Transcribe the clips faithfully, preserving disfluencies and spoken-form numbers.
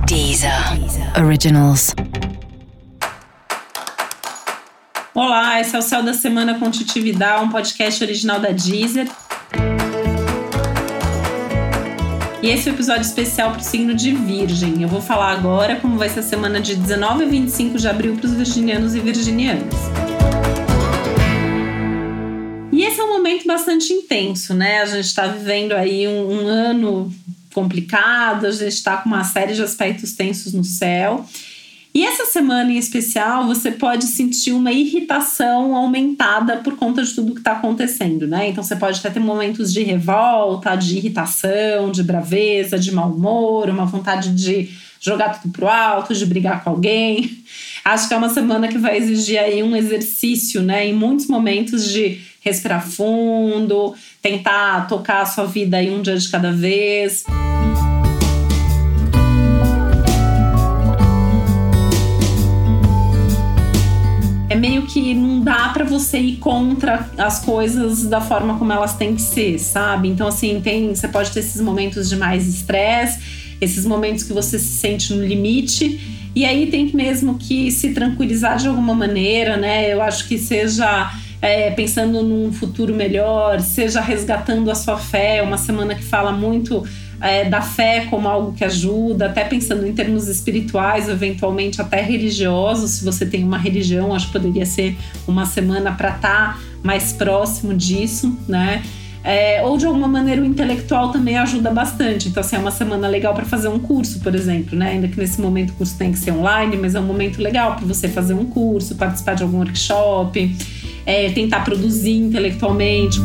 Deezer Originals. Olá, esse é o Céu da Semana com Titi Vidal, um podcast original da Deezer. E esse é o um episódio especial para o signo de Virgem. Eu vou falar agora como vai ser a semana de dezenove a vinte e cinco de abril para os virginianos e virginianas. E esse é um momento bastante intenso, né? A gente está vivendo aí um, um ano complicado, a gente está com uma série de aspectos tensos no céu. E essa semana em especial, você pode sentir uma irritação aumentada por conta de tudo que está acontecendo, né? Então você pode até ter momentos de revolta, de irritação, de braveza, de mau humor, uma vontade de jogar tudo pro alto, de brigar com alguém. Acho que é uma semana que vai exigir aí um exercício, né? Em muitos momentos de respirar fundo, tentar tocar a sua vida aí um dia de cada vez. É meio que não dá pra você ir contra as coisas da forma como elas têm que ser, sabe? Então, assim, tem, você pode ter esses momentos de mais estresse, esses momentos que você se sente no limite, e aí tem mesmo que se tranquilizar de alguma maneira, né? Eu acho que seja é, pensando num futuro melhor, seja resgatando a sua fé, uma semana que fala muito É, da fé como algo que ajuda, até pensando em termos espirituais, eventualmente até religiosos. Se você tem uma religião, acho que poderia ser uma semana para estar tá mais próximo disso, né? É, ou de alguma maneira o intelectual também ajuda bastante. Então, assim, é uma semana legal para fazer um curso, por exemplo, né? Ainda que nesse momento o curso tem que ser online, mas é um momento legal para você fazer um curso, participar de algum workshop, é, tentar produzir intelectualmente.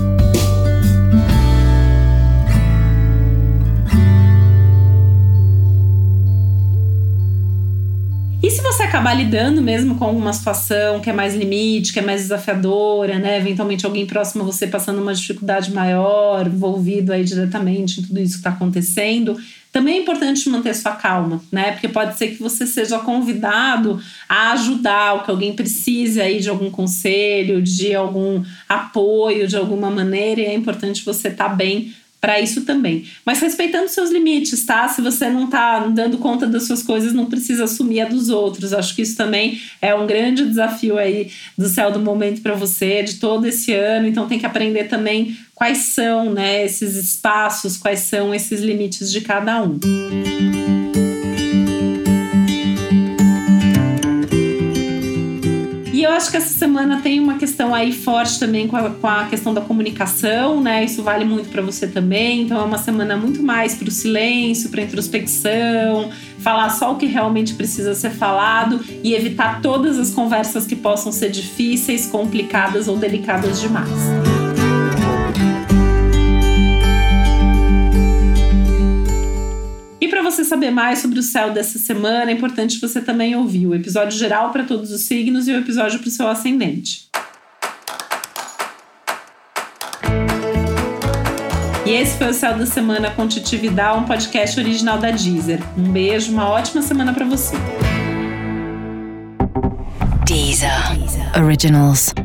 E se você acabar lidando mesmo com alguma situação que é mais limite, que é mais desafiadora, né? Eventualmente alguém próximo a você passando uma dificuldade maior, envolvido aí diretamente em tudo isso que está acontecendo, também é importante manter sua calma, né? Porque pode ser que você seja convidado a ajudar, ou que alguém precise aí de algum conselho, de algum apoio, de alguma maneira, e é importante você estar bem para isso também. Mas respeitando seus limites, tá? Se você não tá dando conta das suas coisas, não precisa assumir a dos outros. Acho que isso também é um grande desafio aí do céu do momento para você, de todo esse ano. Então tem que aprender também quais são, né, esses espaços, quais são esses limites de cada um. E eu acho que essa semana tem uma questão aí forte também com a, com a questão da comunicação, né? Isso vale muito para você também. Então é uma semana muito mais para o silêncio, para introspecção, falar só o que realmente precisa ser falado e evitar todas as conversas que possam ser difíceis, complicadas ou delicadas demais. E para você saber mais sobre o céu dessa semana, é importante você também ouvir o episódio geral para todos os signos e o episódio para o seu ascendente. E esse foi o Céu da Semana com Titi Vidal, um podcast original da Deezer. Um beijo, uma ótima semana para você. Deezer Originals.